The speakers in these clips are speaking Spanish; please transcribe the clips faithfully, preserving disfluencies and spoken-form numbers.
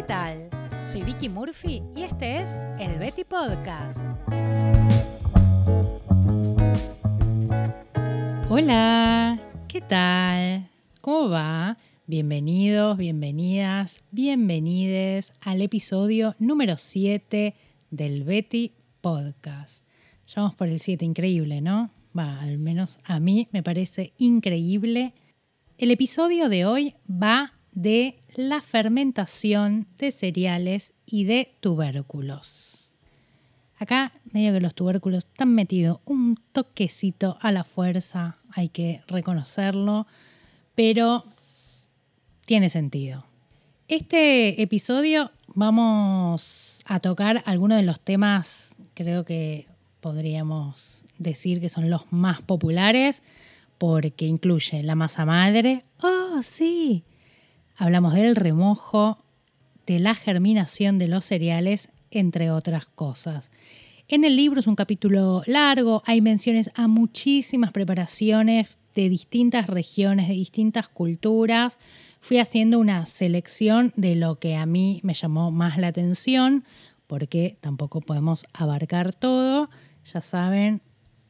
tal? Soy Vicky Murphy y este es el Betty Podcast. Hola, ¿qué tal? ¿Cómo va? Bienvenidos, bienvenidas, bienvenides al episodio número siete del Betty Podcast. Ya vamos por el siete, increíble, ¿no? Va, al menos a mí me parece increíble. El episodio de hoy va de la fermentación de cereales y de tubérculos. Acá medio que los tubérculos están metidos un toquecito a la fuerza, hay que reconocerlo, pero tiene sentido. Este episodio vamos a tocar algunos de los temas, creo que podríamos decir que son los más populares, porque incluye la masa madre. ¡Oh, sí! Hablamos del remojo, de la germinación de los cereales, entre otras cosas. En el libro es un capítulo largo, hay menciones a muchísimas preparaciones de distintas regiones, de distintas culturas. Fui haciendo una selección de lo que a mí me llamó más la atención, porque tampoco podemos abarcar todo. Ya saben,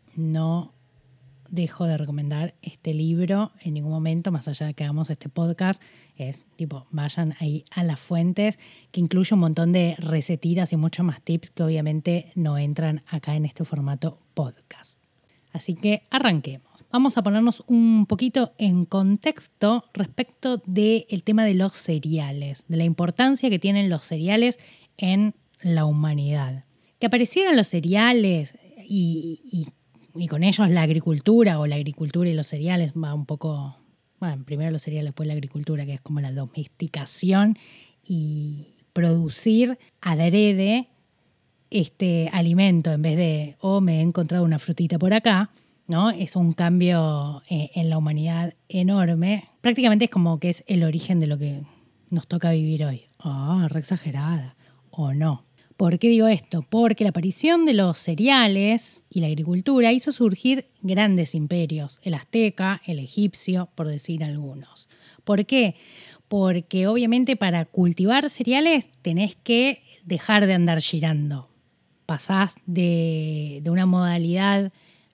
no dejo de recomendar este libro en ningún momento, más allá de que hagamos este podcast. Es tipo, vayan ahí a las fuentes, que incluye un montón de recetitas y muchos más tips que obviamente no entran acá en este formato podcast. Así que arranquemos. Vamos a ponernos un poquito en contexto respecto del tema de los cereales, de la importancia que tienen los cereales en la humanidad. Que aparecieran los cereales y, y y con ellos la agricultura o la agricultura y los cereales va un poco, bueno, primero los cereales, después la agricultura, que es como la domesticación y producir adrede este alimento en vez de, oh, me he encontrado una frutita por acá, ¿no? Es un cambio eh, en la humanidad enorme. Prácticamente es como que es el origen de lo que nos toca vivir hoy. Oh, re exagerada. O no. ¿Por qué digo esto? Porque la aparición de los cereales y la agricultura hizo surgir grandes imperios, el azteca, el egipcio, por decir algunos. ¿Por qué? Porque obviamente para cultivar cereales tenés que dejar de andar girando. Pasás de, de una modalidad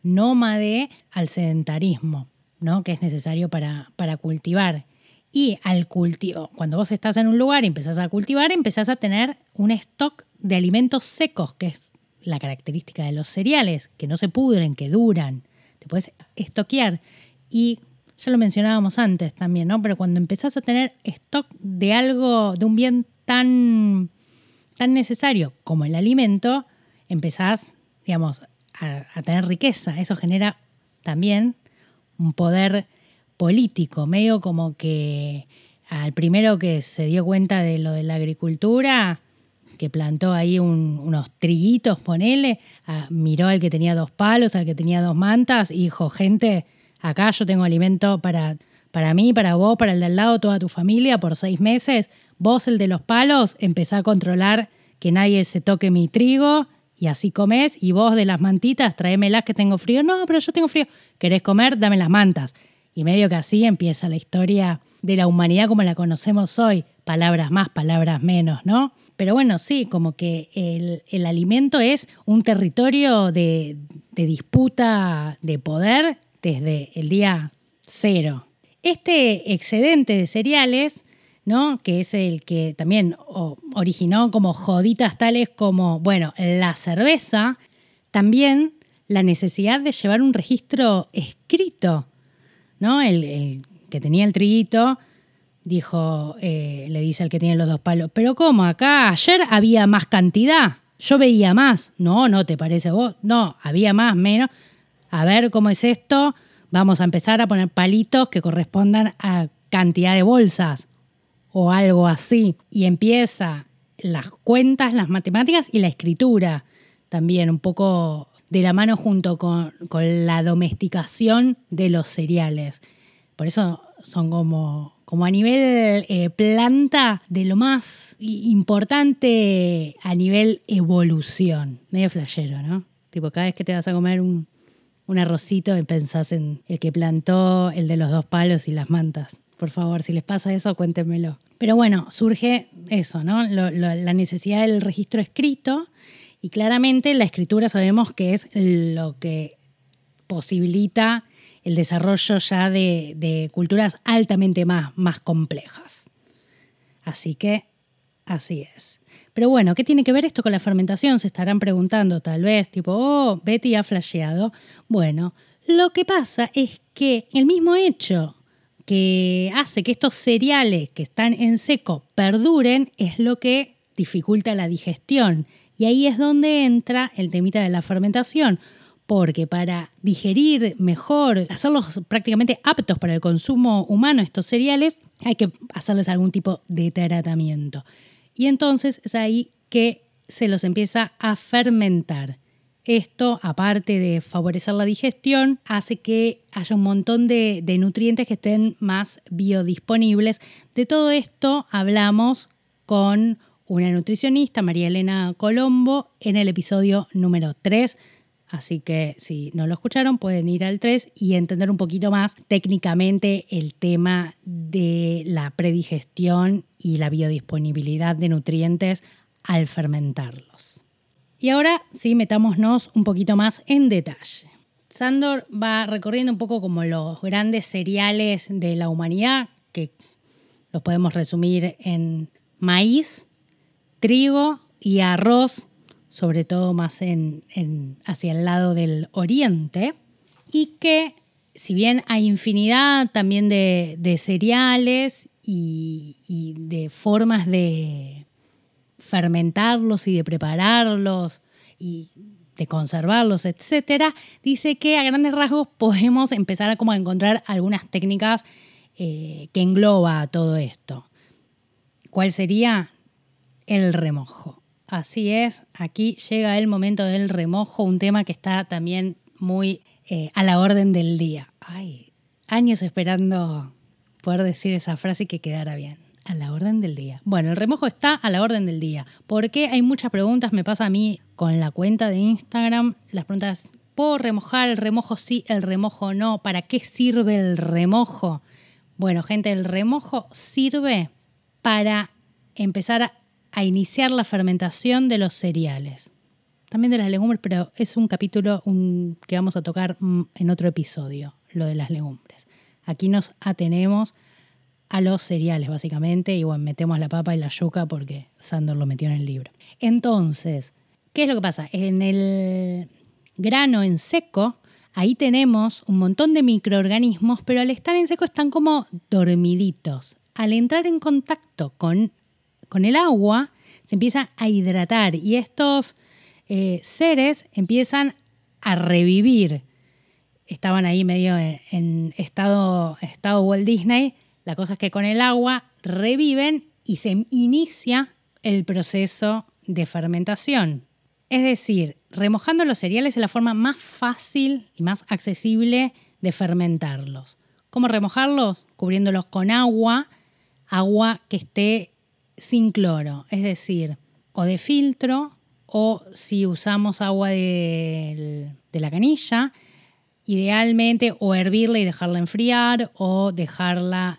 nómade al sedentarismo, ¿no? Que es necesario para, para cultivar. Y al cultivo, cuando vos estás en un lugar y empezás a cultivar, empezás a tener un stock de alimentos secos, que es la característica de los cereales, que no se pudren, que duran. Te puedes estoquear. Y ya lo mencionábamos antes también, ¿no? Pero cuando empezás a tener stock de algo, de un bien tan, tan necesario como el alimento, empezás, digamos, a, a tener riqueza. Eso genera también un poder político, medio como que al primero que se dio cuenta de lo de la agricultura, que plantó ahí un, unos triguitos, ponele, a, miró al que tenía dos palos, al que tenía dos mantas y dijo, gente, acá yo tengo alimento para, para mí, para vos, para el de al lado, toda tu familia por seis meses. Vos, el de los palos, empezá a controlar que nadie se toque mi trigo y así comés. Y vos de las mantitas, tráemelas que tengo frío. No, pero yo tengo frío. ¿Querés comer? Dame las mantas. Y medio que así empieza la historia de la humanidad como la conocemos hoy. Palabras más, palabras menos, ¿no? Pero bueno, sí, como que el, el alimento es un territorio de, de disputa de poder desde el día cero. Este excedente de cereales, ¿no? Que es el que también oh, originó como joditas tales como, bueno, la cerveza, también la necesidad de llevar un registro escrito, ¿no? El, el que tenía el triguito dijo, eh, le dice al que tiene los dos palos, ¿pero cómo? Acá ayer había más cantidad, yo veía más. No, ¿no te parece vos? No, había más, menos. A ver cómo es esto, vamos a empezar a poner palitos que correspondan a cantidad de bolsas o algo así. Y empieza las cuentas, las matemáticas y la escritura también, un poco de la mano junto con, con la domesticación de los cereales. Por eso son como, como a nivel eh, planta de lo más importante a nivel evolución. Medio flashero, ¿no? Tipo, cada vez que te vas a comer un, un arrocito pensás en el que plantó, el de los dos palos y las mantas. Por favor, si les pasa eso, cuéntenmelo. Pero bueno, surge eso, ¿no? Lo, lo, la necesidad del registro escrito y claramente la escritura sabemos que es lo que posibilita el desarrollo ya de, de culturas altamente más, más complejas. Así que así es. Pero bueno, ¿qué tiene que ver esto con la fermentación? Se estarán preguntando tal vez, tipo, oh, Betty ha flasheado. Bueno, lo que pasa es que el mismo hecho que hace que estos cereales que están en seco perduren es lo que dificulta la digestión. Y ahí es donde entra el temita de la fermentación, porque para digerir mejor, hacerlos prácticamente aptos para el consumo humano estos cereales, hay que hacerles algún tipo de tratamiento. Y entonces es ahí que se los empieza a fermentar. Esto, aparte de favorecer la digestión, hace que haya un montón de, de nutrientes que estén más biodisponibles. De todo esto hablamos con una nutricionista, María Elena Colombo, en el episodio número tres. Así que si no lo escucharon, pueden ir al tres y entender un poquito más técnicamente el tema de la predigestión y la biodisponibilidad de nutrientes al fermentarlos. Y ahora sí, metámonos un poquito más en detalle. Sándor va recorriendo un poco como los grandes cereales de la humanidad, que los podemos resumir en maíz, trigo y arroz, sobre todo más en, en, hacia el lado del oriente, y que si bien hay infinidad también de, de cereales y, y de formas de fermentarlos y de prepararlos y de conservarlos, etcétera, dice que a grandes rasgos podemos empezar a, como a encontrar algunas técnicas eh, que engloba todo esto. ¿Cuál sería? El remojo. Así es, aquí llega el momento del remojo, un tema que está también muy eh, a la orden del día. Ay, años esperando poder decir esa frase y que quedara bien. A la orden del día. Bueno, el remojo está a la orden del día. Porque hay muchas preguntas, me pasa a mí con la cuenta de Instagram. Las preguntas, ¿puedo remojar? ¿El remojo sí? ¿El remojo no? ¿Para qué sirve el remojo? Bueno, gente, el remojo sirve para empezar a a iniciar la fermentación de los cereales. También de las legumbres, pero es un capítulo un, que vamos a tocar en otro episodio, lo de las legumbres. Aquí nos atenemos a los cereales, básicamente, y bueno, metemos la papa y la yuca porque Sándor lo metió en el libro. Entonces, ¿qué es lo que pasa? En el grano en seco, ahí tenemos un montón de microorganismos, pero al estar en seco están como dormiditos. Al entrar en contacto con Con el agua se empieza a hidratar y estos eh, seres empiezan a revivir. Estaban ahí medio en, en estado, estado Walt Disney. La cosa es que con el agua reviven y se inicia el proceso de fermentación. Es decir, remojando los cereales es la forma más fácil y más accesible de fermentarlos. ¿Cómo remojarlos? Cubriéndolos con agua, agua que esté sin cloro, es decir, o de filtro o si usamos agua de, de la canilla, idealmente o hervirla y dejarla enfriar o dejarla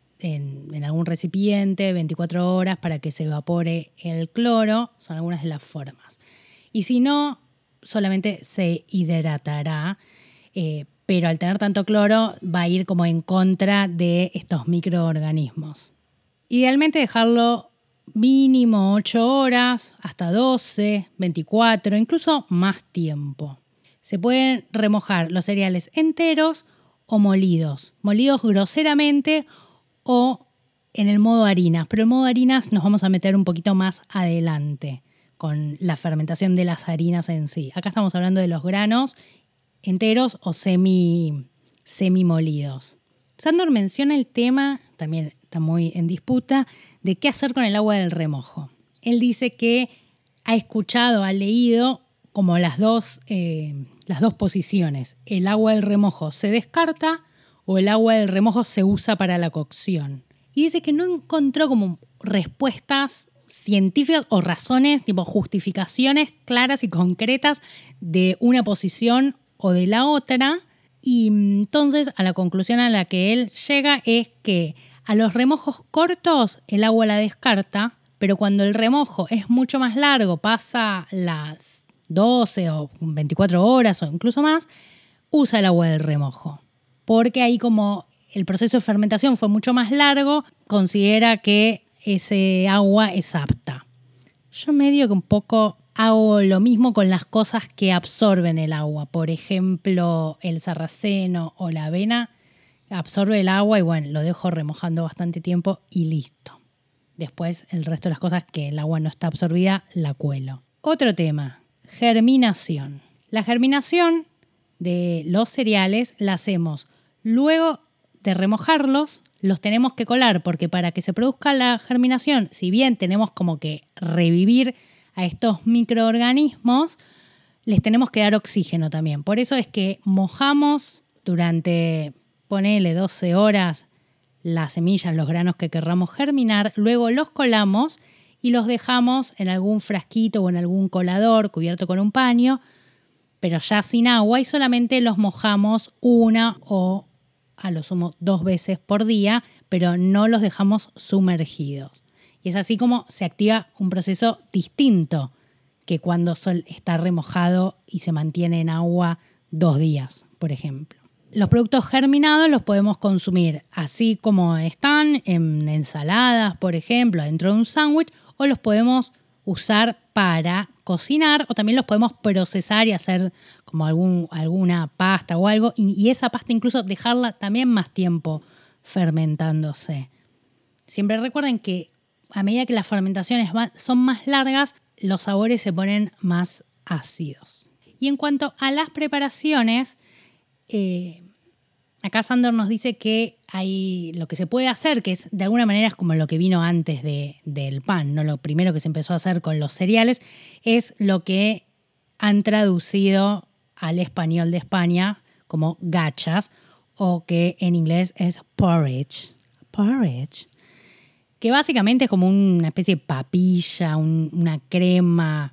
en, en algún recipiente veinticuatro horas para que se evapore el cloro, son algunas de las formas. Y si no, solamente se hidratará, eh, pero al tener tanto cloro va a ir como en contra de estos microorganismos. Idealmente dejarlo mínimo ocho horas, hasta doce, veinticuatro, incluso más tiempo. Se pueden remojar los cereales enteros o molidos, molidos groseramente o en el modo harinas, pero el modo harinas nos vamos a meter un poquito más adelante con la fermentación de las harinas en sí. Acá estamos hablando de los granos enteros o semi, semi molidos. Sándor menciona el tema, también está muy en disputa, de qué hacer con el agua del remojo. Él dice que ha escuchado, ha leído como las dos, eh, las dos posiciones. El agua del remojo se descarta o el agua del remojo se usa para la cocción. Y dice que no encontró como respuestas científicas o razones, tipo justificaciones claras y concretas de una posición o de la otra. Y entonces a la conclusión a la que él llega es que A los remojos cortos el agua la descarta, pero cuando el remojo es mucho más largo, pasa las doce o veinticuatro horas o incluso más, usa el agua del remojo. Porque ahí como el proceso de fermentación fue mucho más largo, considera que ese agua es apta. Yo medio que un poco hago lo mismo con las cosas que absorben el agua. Por ejemplo, el sarraceno o la avena absorbe el agua y bueno, lo dejo remojando bastante tiempo y listo. Después el resto de las cosas que el agua no está absorbida, la cuelo. Otro tema, germinación. La germinación de los cereales la hacemos luego de remojarlos, los tenemos que colar porque para que se produzca la germinación, si bien tenemos como que revivir a estos microorganismos, les tenemos que dar oxígeno también. Por eso es que mojamos durante, ponele doce horas, las semillas, los granos que querramos germinar, luego los colamos y los dejamos en algún frasquito o en algún colador cubierto con un paño, pero ya sin agua y solamente los mojamos una o a lo sumo dos veces por día, pero no los dejamos sumergidos. Y es así como se activa un proceso distinto que cuando sol está remojado y se mantiene en agua dos días, por ejemplo. Los productos germinados los podemos consumir así como están, en ensaladas, por ejemplo, dentro de un sándwich, o los podemos usar para cocinar o también los podemos procesar y hacer como algún, alguna pasta o algo y, y esa pasta incluso dejarla también más tiempo fermentándose. Siempre recuerden que a medida que las fermentaciones van, son más largas, los sabores se ponen más ácidos. Y en cuanto a las preparaciones, eh, acá Sandor nos dice que hay lo que se puede hacer, que es de alguna manera es como lo que vino antes de, del pan, ¿no? Lo primero que se empezó a hacer con los cereales es lo que han traducido al español de España como gachas o que en inglés es porridge. Porridge. Que básicamente es como una especie de papilla, un, una crema,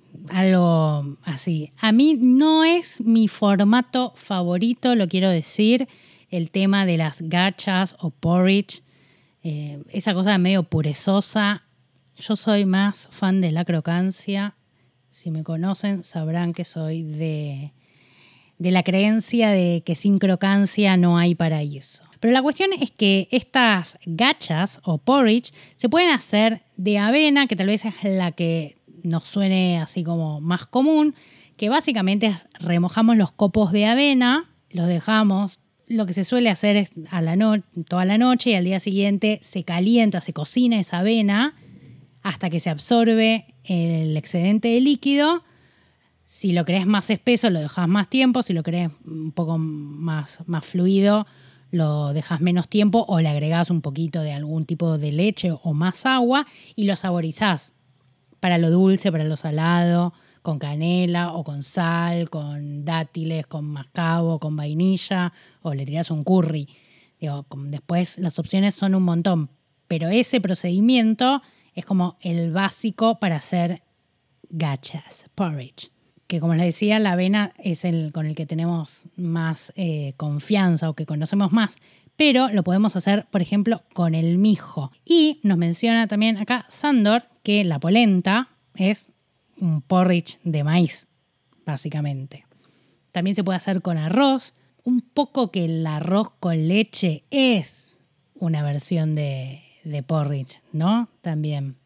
algo así. A mí no es mi formato favorito, lo quiero decir, el tema de las gachas o porridge, eh, esa cosa medio purezosa. Yo soy más fan de la crocancia. Si me conocen sabrán que soy de, de la creencia de que sin crocancia no hay paraíso. Pero la cuestión es que estas gachas o porridge se pueden hacer de avena, que tal vez es la que nos suene así como más común, que básicamente remojamos los copos de avena, los dejamos, lo que se suele hacer es a la no- toda la noche y al día siguiente se calienta, se cocina esa avena hasta que se absorbe el excedente de líquido. Si lo querés más espeso, lo dejas más tiempo, si lo querés un poco más, más fluido, lo dejas menos tiempo o le agregás un poquito de algún tipo de leche o más agua y lo saborizás para lo dulce, para lo salado, con canela o con sal, con dátiles, con mascabo, con vainilla o le tirás un curry. Digo, después las opciones son un montón, pero ese procedimiento es como el básico para hacer gachas, porridge. Que como les decía, la avena es el con el que tenemos más eh, confianza o que conocemos más, pero lo podemos hacer, por ejemplo, con el mijo. Y nos menciona también acá Sandor que la polenta es un porridge de maíz, básicamente. También se puede hacer con arroz, un poco que el arroz con leche es una versión de, de porridge, ¿no? También.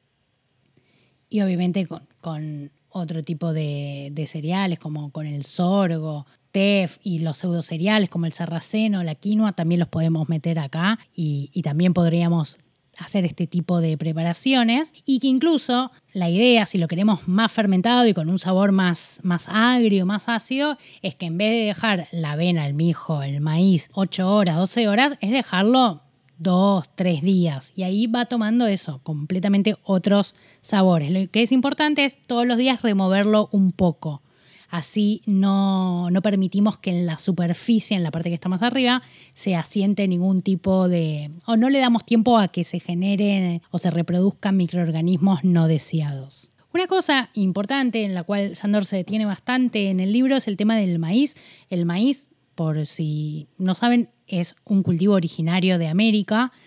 Y obviamente con, con otro tipo de, de cereales, como con el sorgo, tef y los pseudocereales como el sarraceno, la quinoa, también los podemos meter acá y, y también podríamos hacer este tipo de preparaciones y que incluso la idea, si lo queremos más fermentado y con un sabor más, más agrio, más ácido, es que en vez de dejar la avena, el mijo, el maíz ocho horas, doce horas, es dejarlo dos, tres días. Y ahí va tomando eso, completamente otros sabores. Lo que es importante es todos los días removerlo un poco. Así no, no permitimos que en la superficie, en la parte que está más arriba, se asiente ningún tipo de... o no le damos tiempo a que se generen o se reproduzcan microorganismos no deseados. Una cosa importante en la cual Sandor se detiene bastante en el libro es el tema del maíz. El maíz, por si no saben, es un cultivo originario de América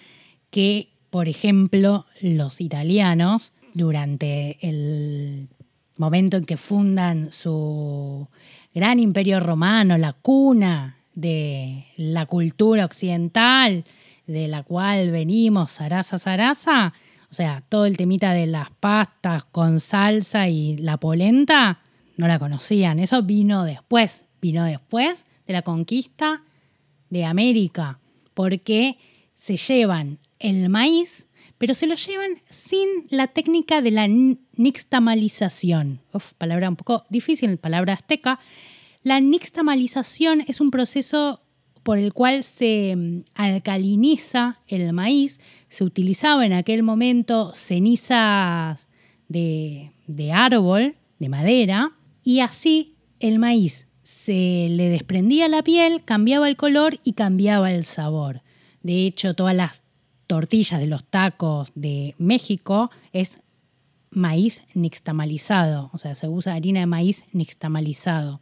que, por ejemplo, los italianos, durante el momento en que fundan su gran imperio romano, la cuna de la cultura occidental, de la cual venimos, zaraza, zaraza, o sea, todo el temita de las pastas con salsa y la polenta, no la conocían. Eso vino después, vino después de la conquista de América, porque se llevan el maíz, pero se lo llevan sin la técnica de la nixtamalización. Uf, palabra un poco difícil, palabra azteca. La nixtamalización es un proceso por el cual se alcaliniza el maíz. Se utilizaba en aquel momento cenizas de, de árbol, de madera, y así el maíz se le desprendía la piel, cambiaba el color y cambiaba el sabor. De hecho, todas las tortillas de los tacos de México es maíz nixtamalizado, o sea, se usa harina de maíz nixtamalizado.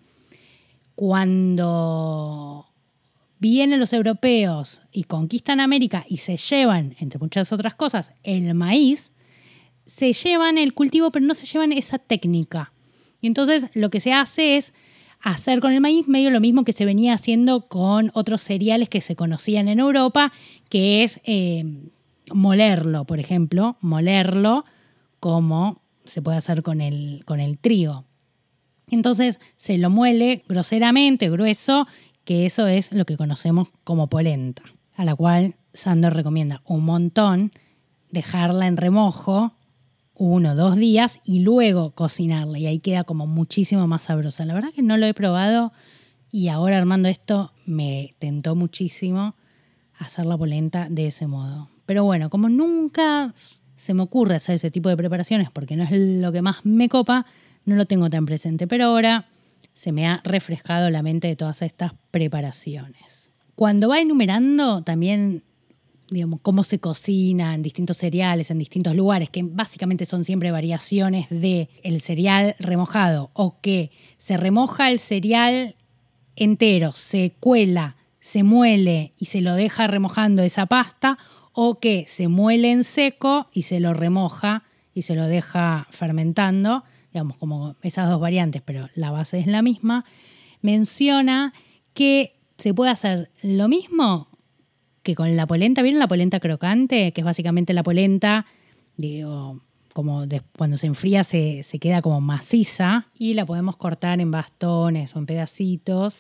Cuando vienen los europeos y conquistan América y se llevan, entre muchas otras cosas, el maíz, se llevan el cultivo, pero no se llevan esa técnica. Y entonces lo que se hace es hacer con el maíz medio lo mismo que se venía haciendo con otros cereales que se conocían en Europa, que es eh, molerlo, por ejemplo, molerlo como se puede hacer con el, con el trigo. Entonces se lo muele groseramente, grueso, que eso es lo que conocemos como polenta, a la cual Sandor recomienda un montón dejarla en remojo uno o dos días y luego cocinarla, y ahí queda como muchísimo más sabrosa. La verdad que no lo he probado y ahora armando esto me tentó muchísimo hacer la polenta de ese modo. Pero bueno, como nunca se me ocurre hacer ese tipo de preparaciones porque no es lo que más me copa, no lo tengo tan presente, pero ahora se me ha refrescado la mente de todas estas preparaciones. Cuando va enumerando también, digamos, cómo se cocina en distintos cereales, en distintos lugares, que básicamente son siempre variaciones del cereal remojado, o que se remoja el cereal entero, se cuela, se muele y se lo deja remojando esa pasta, o que se muele en seco y se lo remoja y se lo deja fermentando, digamos, como esas dos variantes, pero la base es la misma. Menciona que se puede hacer lo mismo que con la polenta. ¿Vieron la polenta crocante? Que es básicamente la polenta, digo, como de, cuando se enfría se, se queda como maciza y la podemos cortar en bastones o en pedacitos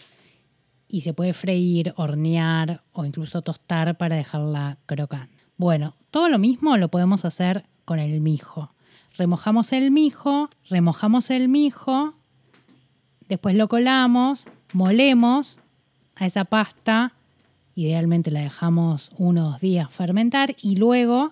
y se puede freír, hornear o incluso tostar para dejarla crocante. Bueno, todo lo mismo lo podemos hacer con el mijo. Remojamos el mijo, remojamos el mijo, después lo colamos, molemos a esa pasta. Idealmente la dejamos uno o dos días fermentar y luego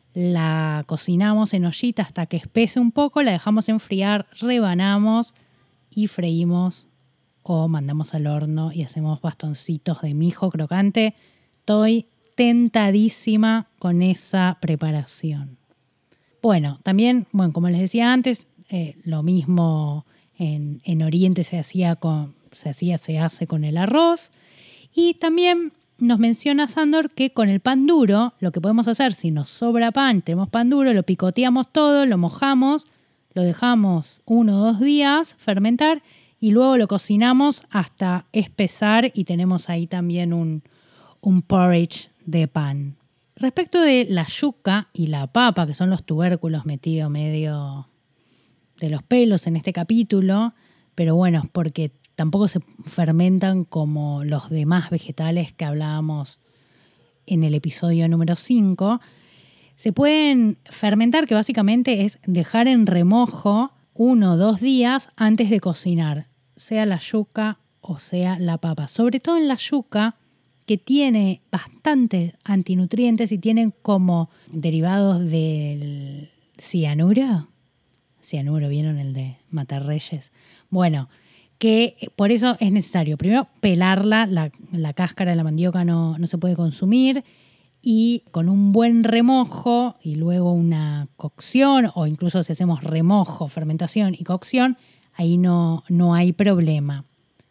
la cocinamos en ollita hasta que espese un poco, la dejamos enfriar, rebanamos y freímos o mandamos al horno y hacemos bastoncitos de mijo crocante. Estoy tentadísima con esa preparación. Bueno, también, bueno, como les decía antes, eh, lo mismo en, en Oriente se hacía con, se hacía, se hace con el arroz. Y también nos menciona Sandor que con el pan duro, lo que podemos hacer, si nos sobra pan, tenemos pan duro, lo picoteamos todo, lo mojamos, lo dejamos uno o dos días fermentar y luego lo cocinamos hasta espesar y tenemos ahí también un, un porridge de pan. Respecto de la yuca y la papa, que son los tubérculos metidos medio de los pelos en este capítulo, pero bueno, porque tampoco se fermentan como los demás vegetales que hablábamos en el episodio número cinco. Se pueden fermentar, que básicamente es dejar en remojo uno o dos días antes de cocinar, sea la yuca o sea la papa. Sobre todo en la yuca, que tiene bastantes antinutrientes y tienen como derivados del cianuro. Cianuro, ¿vieron el de Matarreyes? Bueno, que por eso es necesario, primero, pelarla, la, la cáscara de la mandioca no, no se puede consumir, y con un buen remojo y luego una cocción, o incluso si hacemos remojo, fermentación y cocción, ahí no, no hay problema.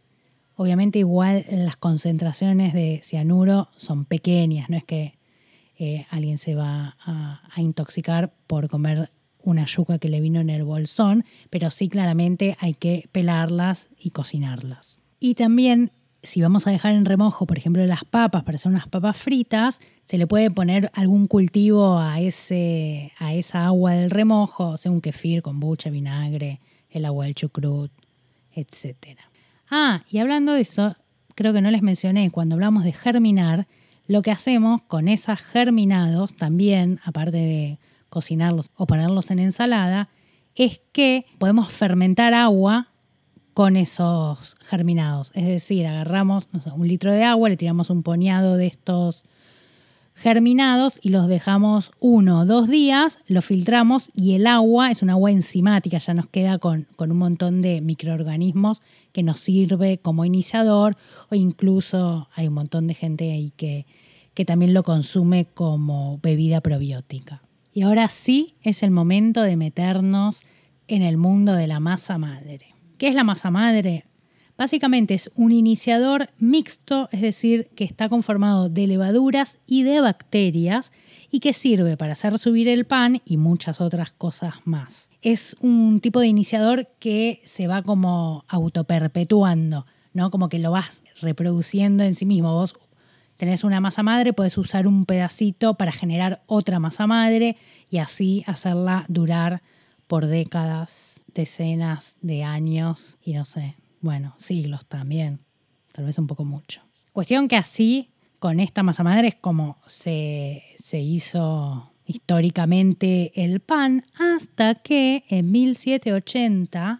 Obviamente igual las concentraciones de cianuro son pequeñas, no es que eh, alguien se va a, a intoxicar por comer una yuca que le vino en el bolsón, pero sí claramente hay que pelarlas y cocinarlas. Y también, si vamos a dejar en remojo, por ejemplo, las papas para hacer unas papas fritas, se le puede poner algún cultivo a, ese, a esa agua del remojo, o sea, un kefir, kombucha, vinagre, el agua del chucrut, etcétera. Ah, y hablando de eso, creo que no les mencioné, cuando hablamos de germinar, lo que hacemos con esos germinados también, aparte de cocinarlos o ponerlos en ensalada, es que podemos fermentar agua con esos germinados. Es decir, agarramos no sé, un litro de agua, le tiramos un puñado de estos germinados y los dejamos uno o dos días, lo filtramos y el agua es un agua enzimática, ya nos queda con, con un montón de microorganismos que nos sirve como iniciador, o incluso hay un montón de gente ahí que, que también lo consume como bebida probiótica. Y ahora sí es el momento de meternos en el mundo de la masa madre. ¿Qué es la masa madre? Básicamente es un iniciador mixto, es decir, que está conformado de levaduras y de bacterias y que sirve para hacer subir el pan y muchas otras cosas más. Es un tipo de iniciador que se va como autoperpetuando, ¿no? Como que lo vas reproduciendo en sí mismo. Vos tenés una masa madre, puedes usar un pedacito para generar otra masa madre y así hacerla durar por décadas, decenas de años y no sé, bueno, siglos también, tal vez un poco mucho. Cuestión que así, con esta masa madre es como se, se hizo históricamente el pan, hasta que en mil setecientos ochenta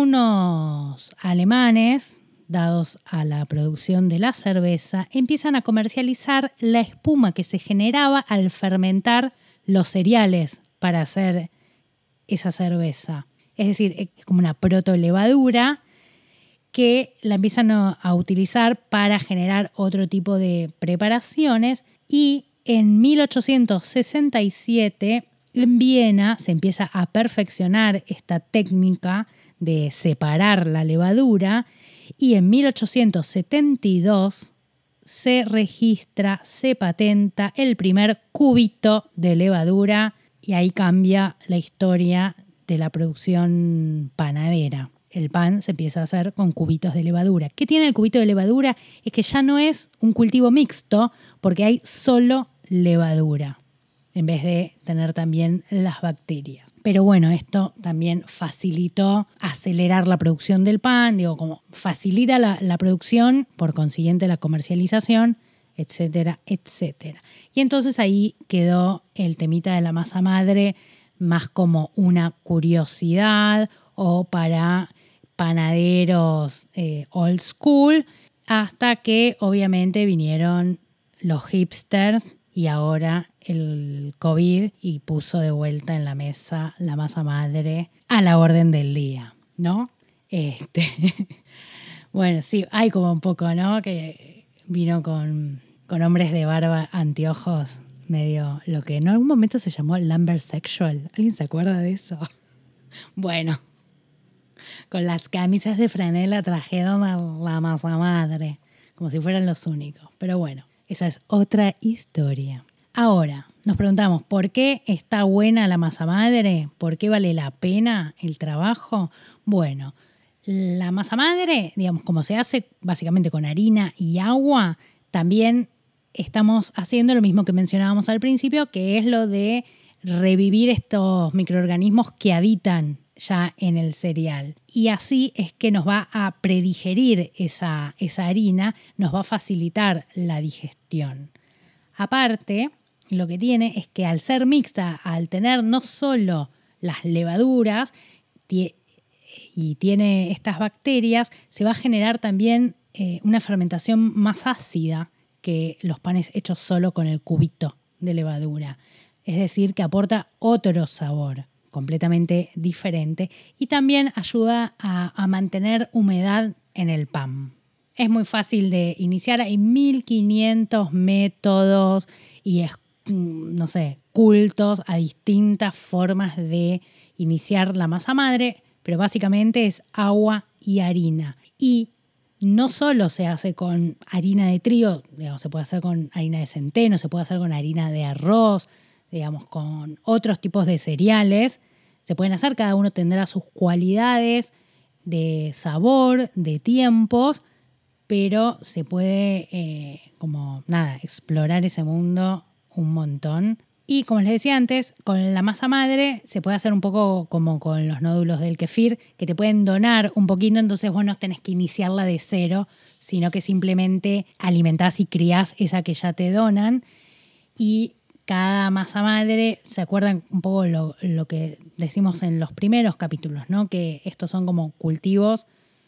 unos alemanes, dados a la producción de la cerveza, empiezan a comercializar la espuma que se generaba al fermentar los cereales para hacer esa cerveza. Es decir, es como una protolevadura que la empiezan a utilizar para generar otro tipo de preparaciones, y en mil ochocientos sesenta y siete en Viena se empieza a perfeccionar esta técnica de separar la levadura y en mil ochocientos setenta y dos se registra, se patenta el primer cubito de levadura y ahí cambia la historia de la producción panadera. El pan se empieza a hacer con cubitos de levadura. ¿Qué tiene el cubito de levadura? Es que ya no es un cultivo mixto porque hay solo levadura en vez de tener también las bacterias. Pero bueno, esto también facilitó acelerar la producción del pan, digo, como facilita la, la producción, por consiguiente la comercialización, etcétera, etcétera. Y entonces ahí quedó el temita de la masa madre más como una curiosidad o para panaderos eh, old school, hasta que obviamente vinieron los hipsters y ahora el COVID y puso de vuelta en la mesa la masa madre a la orden del día, ¿no? Este, bueno, sí, hay como un poco, ¿no? Que vino con, con hombres de barba, anteojos, medio lo que en algún momento se llamó lumbersexual. ¿Alguien se acuerda de eso? Bueno, con las camisas de franela trajeron a la masa madre, como si fueran los únicos. Pero bueno, esa es otra historia. Ahora, nos preguntamos, ¿por qué está buena la masa madre? ¿Por qué vale la pena el trabajo? Bueno, la masa madre, digamos, como se hace básicamente con harina y agua, también estamos haciendo lo mismo que mencionábamos al principio, que es lo de revivir estos microorganismos que habitan ya en el cereal. Y así es que nos va a predigerir esa, esa harina, nos va a facilitar la digestión. Aparte, lo que tiene es que al ser mixta, al tener no solo las levaduras tie- y tiene estas bacterias, se va a generar también eh, una fermentación más ácida que los panes hechos solo con el cubito de levadura. Es decir, que aporta otro sabor completamente diferente y también ayuda a, a mantener humedad en el pan. Es muy fácil de iniciar, hay mil quinientos métodos y, no sé, cultos a distintas formas de iniciar la masa madre, pero básicamente es agua y harina. Y no solo se hace con harina de trigo, digamos, se puede hacer con harina de centeno, se puede hacer con harina de arroz, digamos, con otros tipos de cereales. Se pueden hacer, cada uno tendrá sus cualidades de sabor, de tiempos, pero se puede, eh, como nada, explorar ese mundo un montón. Y como les decía antes, con la masa madre se puede hacer un poco como con los nódulos del kefir, que te pueden donar un poquito, entonces vos no tenés que iniciarla de cero, sino que simplemente alimentás y criás esa que ya te donan. Y cada masa madre, ¿se acuerdan un poco lo, lo que decimos en los primeros capítulos, ¿no? Que estos son como cultivos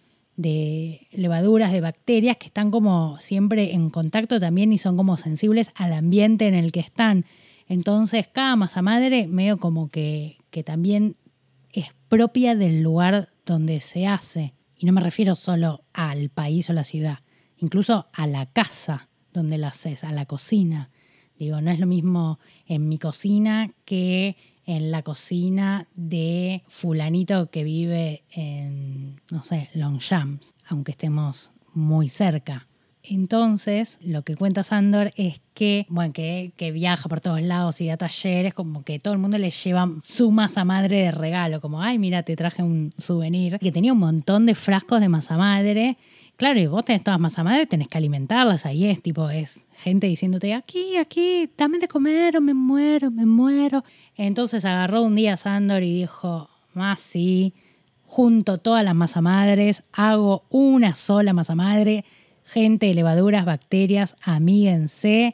de levaduras, de bacterias que están como siempre en contacto también y son como sensibles al ambiente en el que están. Entonces cada masa madre medio como que, que también es propia del lugar donde se hace. Y no me refiero solo al país o la ciudad, incluso a la casa donde la haces, a la cocina. Digo, no es lo mismo en mi cocina que en la cocina de fulanito que vive en, no sé, Longchamp, aunque estemos muy cerca. Entonces, lo que cuenta Sándor es que, bueno, que, que viaja por todos lados y da talleres, como que todo el mundo le lleva su masa madre de regalo, como, ay, mira, te traje un souvenir, que tenía un montón de frascos de masa madre. Claro, y vos tenés todas masa madre, tenés que alimentarlas, ahí es tipo, es gente diciéndote, aquí, aquí, dame de comer o me muero, me muero. Entonces agarró un día a Sándor y dijo, más sí, junto todas las masa madres, hago una sola masa madre. Gente, levaduras, bacterias, amíguense.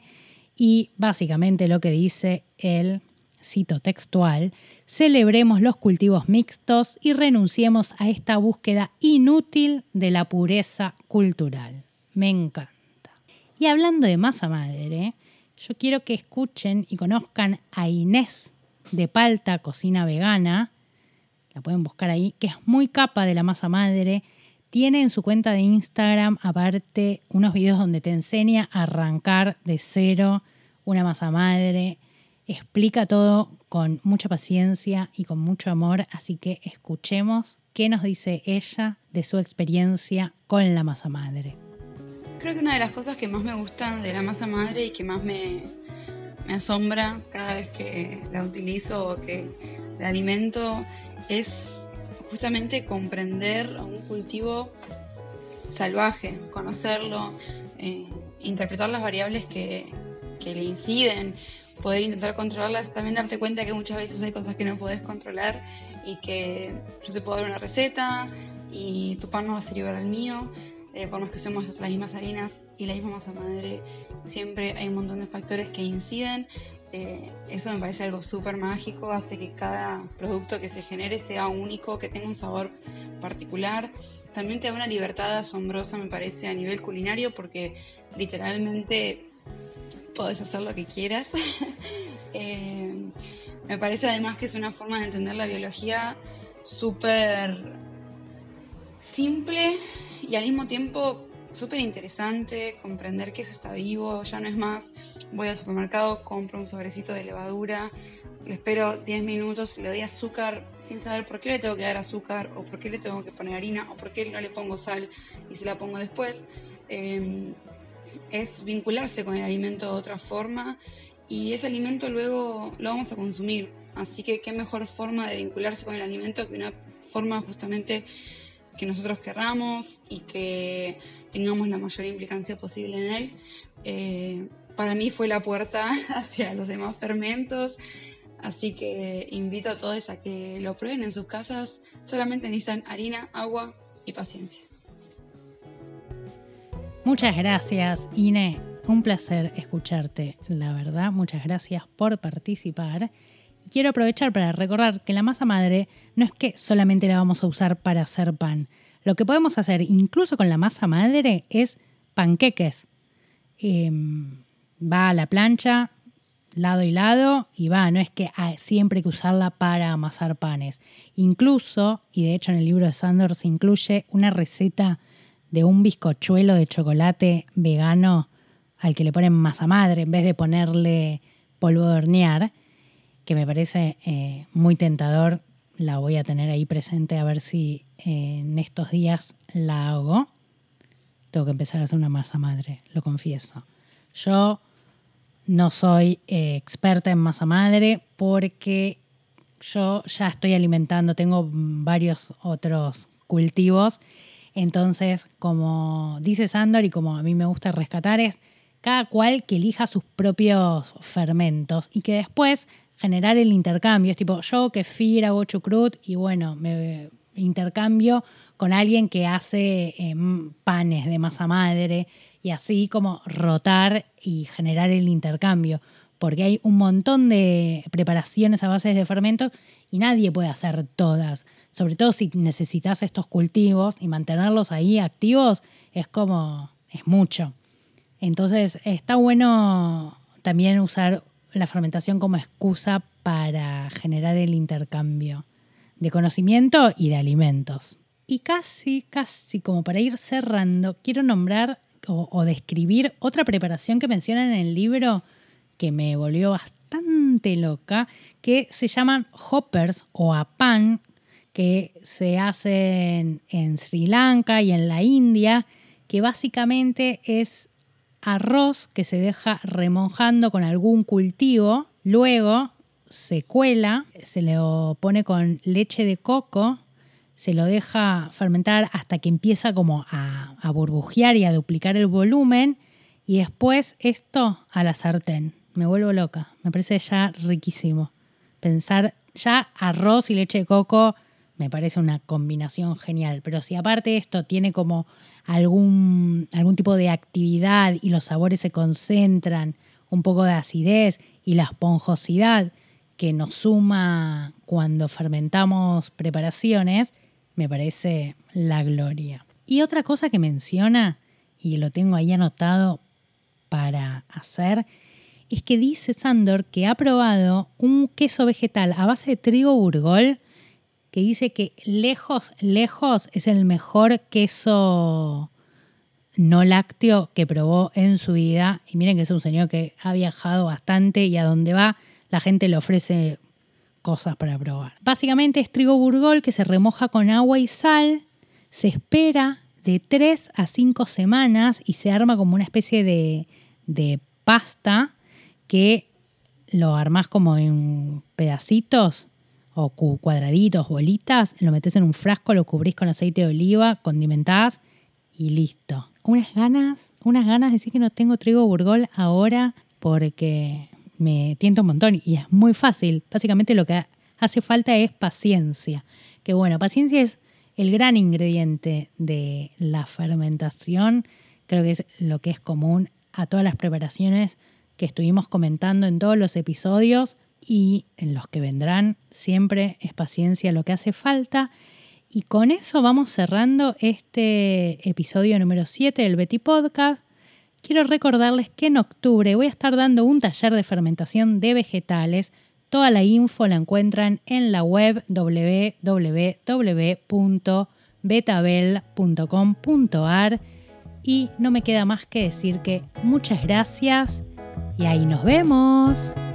Y básicamente lo que dice el, cito textual, celebremos los cultivos mixtos y renunciemos a esta búsqueda inútil de la pureza cultural. Me encanta. Y hablando de masa madre, yo quiero que escuchen y conozcan a Inés de Palta Cocina Vegana. La pueden buscar ahí, que es muy capa de la masa madre. Tiene en su cuenta de Instagram, aparte, unos videos donde te enseña a arrancar de cero una masa madre. Explica todo con mucha paciencia y con mucho amor, así que escuchemos qué nos dice ella de su experiencia con la masa madre. Creo que una de las cosas que más me gustan de la masa madre y que más me, me asombra cada vez que la utilizo o que la alimento es justamente comprender a un cultivo salvaje, conocerlo, eh, interpretar las variables que, que le inciden, poder intentar controlarlas, también darte cuenta que muchas veces hay cosas que no podés controlar y que yo te puedo dar una receta y tu pan no va a ser igual al mío, eh, por más que usemos las mismas harinas y la misma masa madre, siempre hay un montón de factores que inciden. Eh, eso me parece algo súper mágico, hace que cada producto que se genere sea único, que tenga un sabor particular. También te da una libertad asombrosa, me parece, a nivel culinario, porque literalmente podés hacer lo que quieras. eh, me parece además que es una forma de entender la biología súper simple y al mismo tiempo súper interesante, comprender que eso está vivo, ya no es más, voy al supermercado, compro un sobrecito de levadura, le espero diez minutos, le doy azúcar sin saber por qué le tengo que dar azúcar o por qué le tengo que poner harina o por qué no le pongo sal y se la pongo después. Eh, es vincularse con el alimento de otra forma y ese alimento luego lo vamos a consumir, así que qué mejor forma de vincularse con el alimento que una forma justamente que nosotros querramos y que tengamos la mayor implicancia posible en él. Eh, para mí fue la puerta hacia los demás fermentos, así que invito a todos a que lo prueben en sus casas. Solamente necesitan harina, agua y paciencia. Muchas gracias, Ine. Un placer escucharte, la verdad. Muchas gracias por participar. Y quiero aprovechar para recordar que la masa madre no es que solamente la vamos a usar para hacer pan. Lo que podemos hacer incluso con la masa madre es panqueques. Eh, va a la plancha, lado y lado, y va, no es que siempre hay que usarla para amasar panes. Incluso, y de hecho en el libro de Sándor se incluye una receta de un bizcochuelo de chocolate vegano al que le ponen masa madre en vez de ponerle polvo de hornear, que me parece eh, muy tentador. La voy a tener ahí presente a ver si eh, en estos días la hago. tengo que empezar a hacer una masa madre, lo confieso. Yo no soy eh, experta en masa madre porque yo ya estoy alimentando, tengo varios otros cultivos. Entonces, como dice Sandor y como a mí me gusta rescatar, es cada cual que elija sus propios fermentos y que después generar el intercambio. Es tipo, yo kefir hago chucrut y bueno, me intercambio con alguien que hace eh, panes de masa madre y así como rotar y generar el intercambio. Porque hay un montón de preparaciones a base de fermentos y nadie puede hacer todas. Sobre todo si necesitas estos cultivos y mantenerlos ahí activos, es como, es mucho. Entonces está bueno también usar la fermentación como excusa para generar el intercambio de conocimiento y de alimentos. Y casi, casi como para ir cerrando, quiero nombrar o, o describir otra preparación que mencionan en el libro que me volvió bastante loca, que se llaman hoppers o apan, que se hacen en Sri Lanka y en la India, que básicamente es arroz que se deja remojando con algún cultivo, luego se cuela, se lo pone con leche de coco, se lo deja fermentar hasta que empieza como a, a burbujear y a duplicar el volumen y después esto a la sartén. Me vuelvo loca, me parece ya riquísimo. Pensar ya arroz y leche de coco me parece una combinación genial, pero si aparte esto tiene como algún, algún tipo de actividad y los sabores se concentran, un poco de acidez y la esponjosidad que nos suma cuando fermentamos preparaciones, me parece la gloria. Y otra cosa que menciona, y lo tengo ahí anotado para hacer, es que dice Sandor que ha probado un queso vegetal a base de trigo burgol que dice que lejos, lejos es el mejor queso no lácteo que probó en su vida. Y miren que es un señor que ha viajado bastante y a donde va la gente le ofrece cosas para probar. Básicamente es trigo burgol que se remoja con agua y sal, se espera de tres a cinco semanas y se arma como una especie de, de pasta que lo armás como en pedacitos o cuadraditos, bolitas, lo metés en un frasco, lo cubrís con aceite de oliva, condimentás y listo. Unas ganas, unas ganas de decir que no tengo trigo burgol ahora porque me tienta un montón y es muy fácil. Básicamente lo que hace falta es paciencia. Que bueno, paciencia es el gran ingrediente de la fermentación. Creo que es lo que es común a todas las preparaciones que estuvimos comentando en todos los episodios y en los que vendrán. Siempre es paciencia lo que hace falta. Y con eso vamos cerrando este episodio número siete del Betty Podcast. Quiero recordarles que en octubre voy a estar dando un taller de fermentación de vegetales. Toda la info la encuentran en la web doble u doble u doble u punto betabel punto com punto a r. Y no me queda más que decir que muchas gracias y ahí nos vemos.